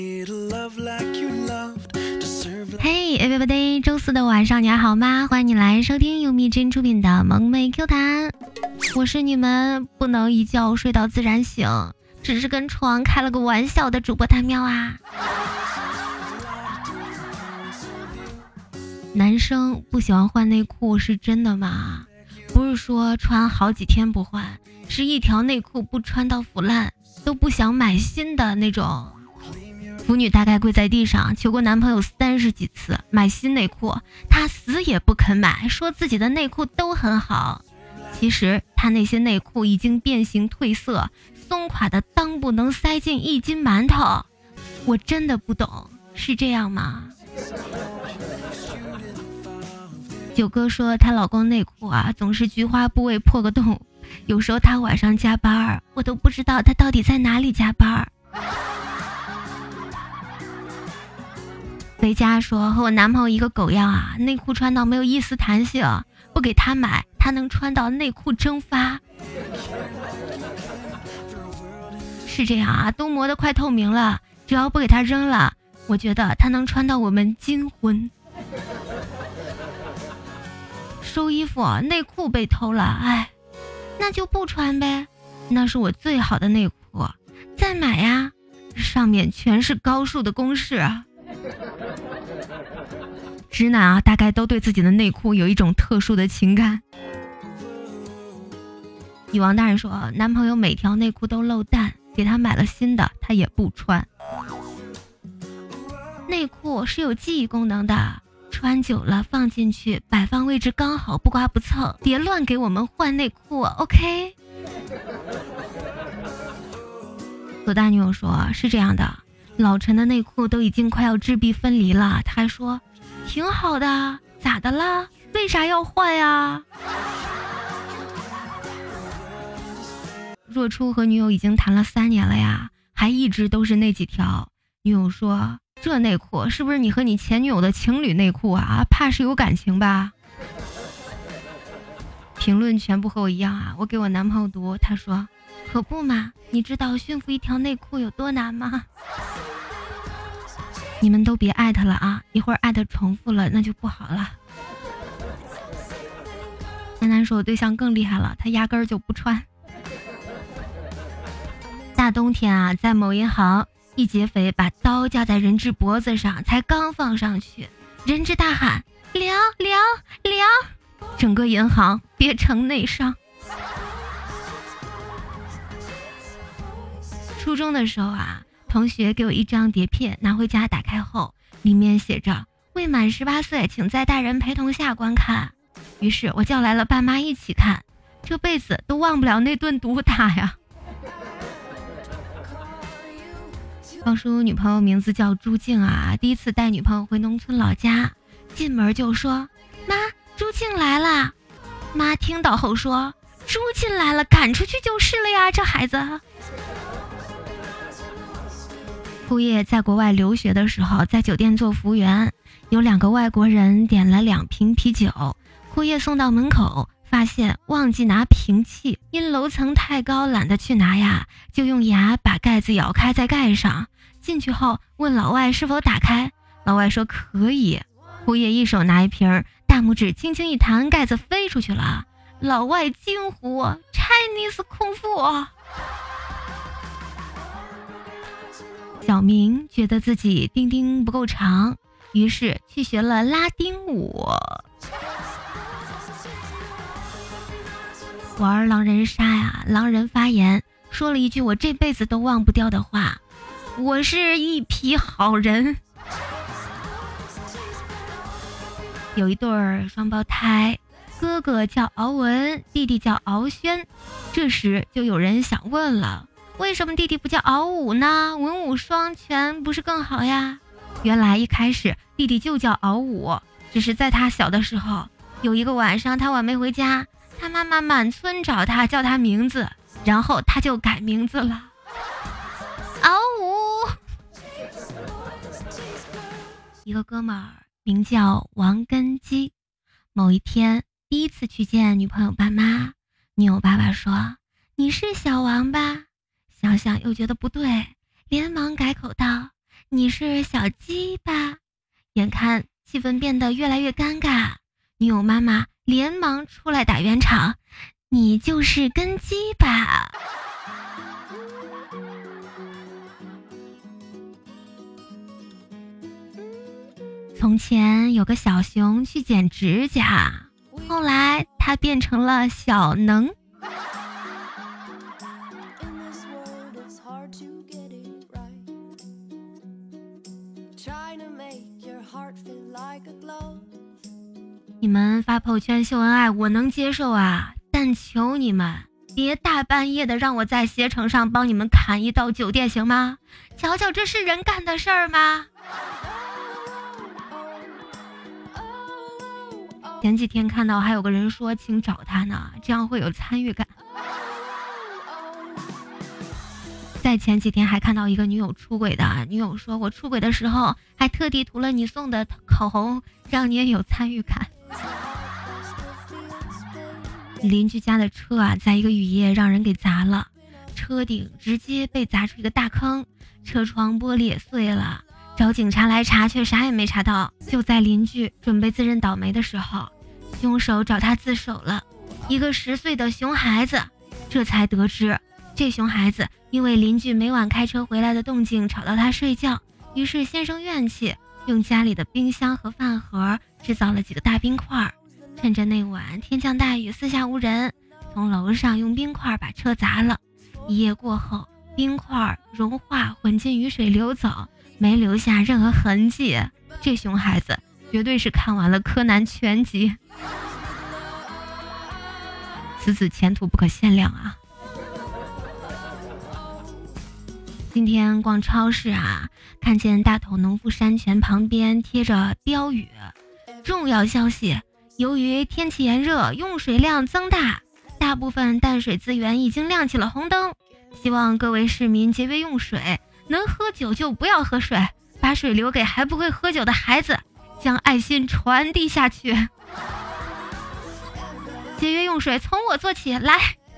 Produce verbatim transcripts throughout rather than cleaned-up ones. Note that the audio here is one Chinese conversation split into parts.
Hey everybody， 周四的晚上你还好吗？欢迎你来收听由蜜真出品的萌妹 Q 弹，我是你们不能一觉睡到自然醒，只是跟床开了个玩笑的主播谭喵啊。男生不喜欢换内裤是真的吗？不是说穿好几天不换，是一条内裤不穿到腐烂都不想买新的那种。腐女大概跪在地上求过男朋友三十几次买新内裤，她死也不肯买，说自己的内裤都很好。其实她那些内裤已经变形褪色，松垮的裆部能塞进一斤馒头。我真的不懂，是这样吗？九哥说她老公内裤啊总是菊花部位破个洞，有时候她晚上加班，我都不知道她到底在哪里加班。维嘉说和我男朋友一个狗样啊，内裤穿到没有一丝弹性，不给他买他能穿到内裤蒸发。是这样啊，都磨得快透明了，只要不给他扔了，我觉得他能穿到我们金婚。收衣服内裤被偷了，哎，那就不穿呗，那是我最好的内裤，再买呀，上面全是高数的公式啊。直男啊，大概都对自己的内裤有一种特殊的情感。女王大人说，男朋友每条内裤都漏蛋，给他买了新的，他也不穿。内裤是有记忆功能的，穿久了放进去，摆放位置刚好，不刮不蹭，别乱给我们换内裤 ，OK？ 左大女友说，是这样的，老陈的内裤都已经快要质壁分离了，他还说挺好的，咋的啦？为啥要换呀？若初和女友已经谈了三年了呀，还一直都是那几条。女友说，这内裤是不是你和你前女友的情侣内裤啊？怕是有感情吧？评论全部和我一样啊，我给我男朋友读，他说可不嘛，你知道驯服一条内裤有多难吗？你们都别艾特了啊，一会儿艾特重复了那就不好了。楠楠说我对象更厉害了，他压根儿就不穿。大冬天啊，在某银行，一劫匪把刀架在人质脖子上，才刚放上去，人质大喊凉凉凉，整个银行憋成内伤。初中的时候啊，同学给我一张碟片，拿回家打开后，里面写着未满十八岁请在大人陪同下观看。于是我叫来了爸妈一起看，这辈子都忘不了那顿毒打呀。方叔女朋友名字叫朱静啊，第一次带女朋友回农村老家，进门就说妈，朱静来了。妈听到后说朱进来了，赶出去就是了呀，这孩子。姑爷在国外留学的时候，在酒店做服务员，有两个外国人点了两瓶啤酒，姑爷送到门口，发现忘记拿瓶器，因楼层太高懒得去拿呀，就用牙把盖子咬开再盖上。进去后问老外是否打开，老外说可以。姑爷一手拿一瓶，大拇指轻轻一弹，盖子飞出去了。老外惊呼 Chinese 空腹。小明觉得自己丁丁不够长，于是去学了拉丁舞。玩狼人杀呀，狼人发言说了一句我这辈子都忘不掉的话，我是一匹好人。有一对儿双胞胎，哥哥叫敖文，弟弟叫敖轩。这时就有人想问了，为什么弟弟不叫敖武呢？文武双全不是更好呀？原来一开始弟弟就叫敖武，只是在他小的时候，有一个晚上他晚没回家，他妈妈满村找他，叫他名字，然后他就改名字了，敖武。一个哥们儿名叫王根基，某一天第一次去见女朋友爸妈，女友爸爸说你是小王吧？想想又觉得不对，连忙改口道你是小鸡吧？眼看气氛变得越来越尴尬，女友妈妈连忙出来打圆场，你就是根基吧？从前有个小熊去剪指甲，后来它变成了小能。你们发朋友圈秀恩爱我能接受啊，但求你们别大半夜的让我在携程上帮你们砍一道酒店行吗？瞧瞧这是人干的事儿吗？前几天看到还有个人说请找他呢，这样会有参与感。在前几天还看到一个女友出轨的，女友说我出轨的时候还特地涂了你送的口红，让你也有参与感。邻居家的车啊，在一个雨夜让人给砸了，车顶直接被砸出一个大坑，车窗玻璃也碎了。找警察来查却啥也没查到，就在邻居准备自认倒霉的时候，凶手找他自首了，一个十岁的熊孩子。这才得知这熊孩子因为邻居每晚开车回来的动静吵到他睡觉，于是心生怨气，用家里的冰箱和饭盒制造了几个大冰块，趁着那晚天降大雨四下无人，从楼上用冰块把车砸了。一夜过后，冰块融化混进雨水流走，没留下任何痕迹。这熊孩子绝对是看完了柯南全集，此子前途不可限量啊。今天逛超市啊，看见大头农夫山泉旁边贴着标语，重要消息，由于天气炎热，用水量增大，大部分淡水资源已经亮起了红灯，希望各位市民节约用水，能喝酒就不要喝水，把水留给还不会喝酒的孩子，将爱心传递下去。节约用水从我做起，来。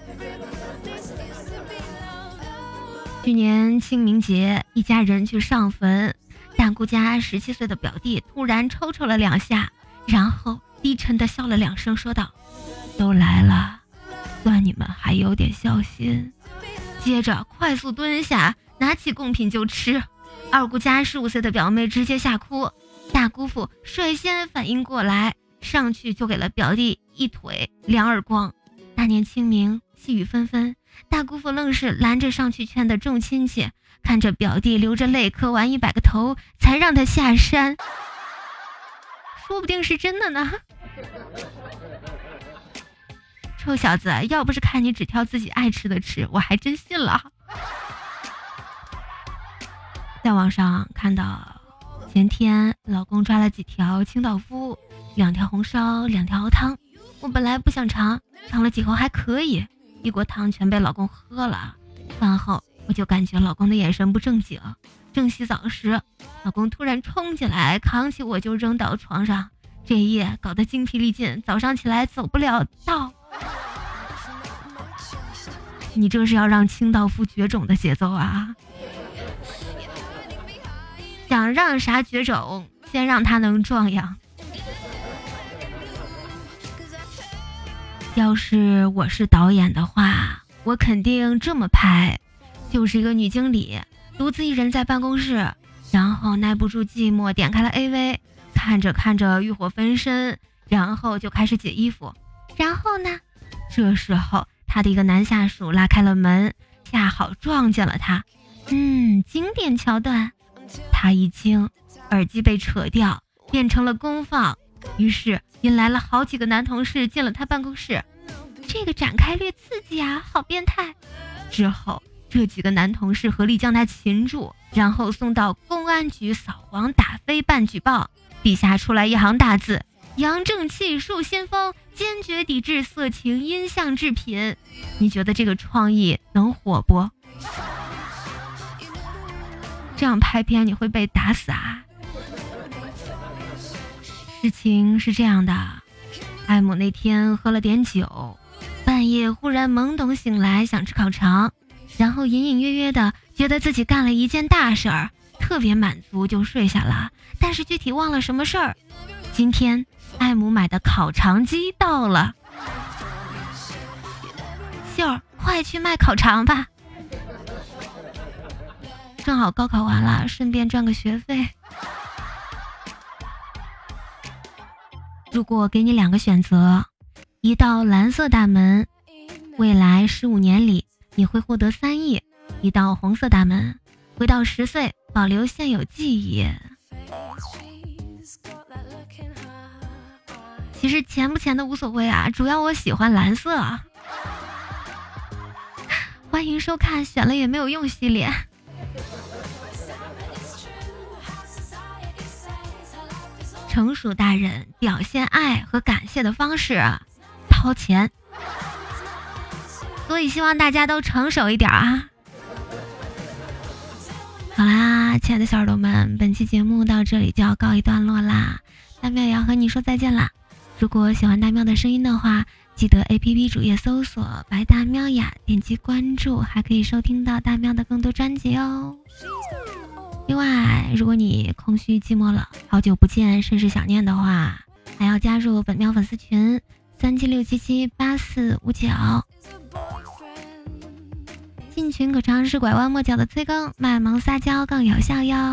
去年清明节，一家人去上坟，大姑家十七岁的表弟突然抽抽了两下，然后低沉地笑了两声，说道：都来了，算你们还有点孝心。接着快速蹲下，拿起贡品就吃。二姑家十五岁的表妹直接吓哭，大姑父率先反应过来，上去就给了表弟一腿两耳光。大年清明，细雨纷纷，大姑父愣是拦着上去劝的众亲戚，看着表弟流着泪磕完一百个头才让他下山，说不定是真的呢。臭小子，要不是看你只挑自己爱吃的吃，我还真信了。在网上看到前天老公抓了几条清道夫，两条红烧，两条熬汤。我本来不想尝，尝了几口还可以，一锅汤全被老公喝了。饭后我就感觉老公的眼神不正经，正洗澡时，老公突然冲进来扛起我就扔到床上，这一夜搞得精疲力尽，早上起来走不了道。你这是要让清道夫绝种的节奏啊！想让啥绝种，先让他能壮阳。要是我是导演的话，我肯定这么拍，就是一个女经理独自一人在办公室，然后耐不住寂寞点开了 A V， 看着看着欲火焚身，然后就开始解衣服。然后呢，这时候他的一个男下属拉开了门，恰好撞见了他。嗯，经典桥段。他一惊，耳机被扯掉，变成了公放，于是引来了好几个男同事进了他办公室。这个展开略刺激啊，好变态。之后这几个男同事合力将他擒住，然后送到公安局扫黄打非办举报。笔下出来一行大字：扬正气，树先锋，坚决抵制色情音像制品。你觉得这个创意能火不？这样拍片你会被打死啊！事情是这样的，艾姆那天喝了点酒，半夜忽然懵懂醒来，想吃烤肠，然后隐隐约约的觉得自己干了一件大事儿， 特别满足就睡下了，但是具体忘了什么事儿。今天艾姆买的烤肠机到了，秀儿快去卖烤肠吧，正好高考完了，顺便赚个学费。如果给你两个选择，一道蓝色大门，未来十五年里你会获得三亿；一道红色大门，回到十岁，保留现有记忆。其实钱不钱的无所谓啊，主要我喜欢蓝色。欢迎收看选了也没有用系列。成熟大人表现爱和感谢的方式，掏钱。所以希望大家都成熟一点啊。好啦，亲爱的小耳朵们，本期节目到这里就要告一段落啦，大喵也要和你说再见啦。如果喜欢大喵的声音的话，记得 A P P 主页搜索白大喵呀，点击关注，还可以收听到大喵的更多专辑哦。另外，如果你空虚寂寞了，好久不见，甚是想念的话，还要加入本喵粉丝群三七六七七八四五九，进群可尝试拐弯抹角的催更，卖萌撒娇更有效哟。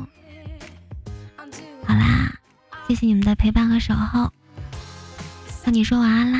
好啦，谢谢你们的陪伴和守候，和你说晚安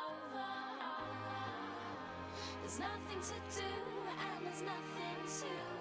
啦。There's nothing to do and there's nothing to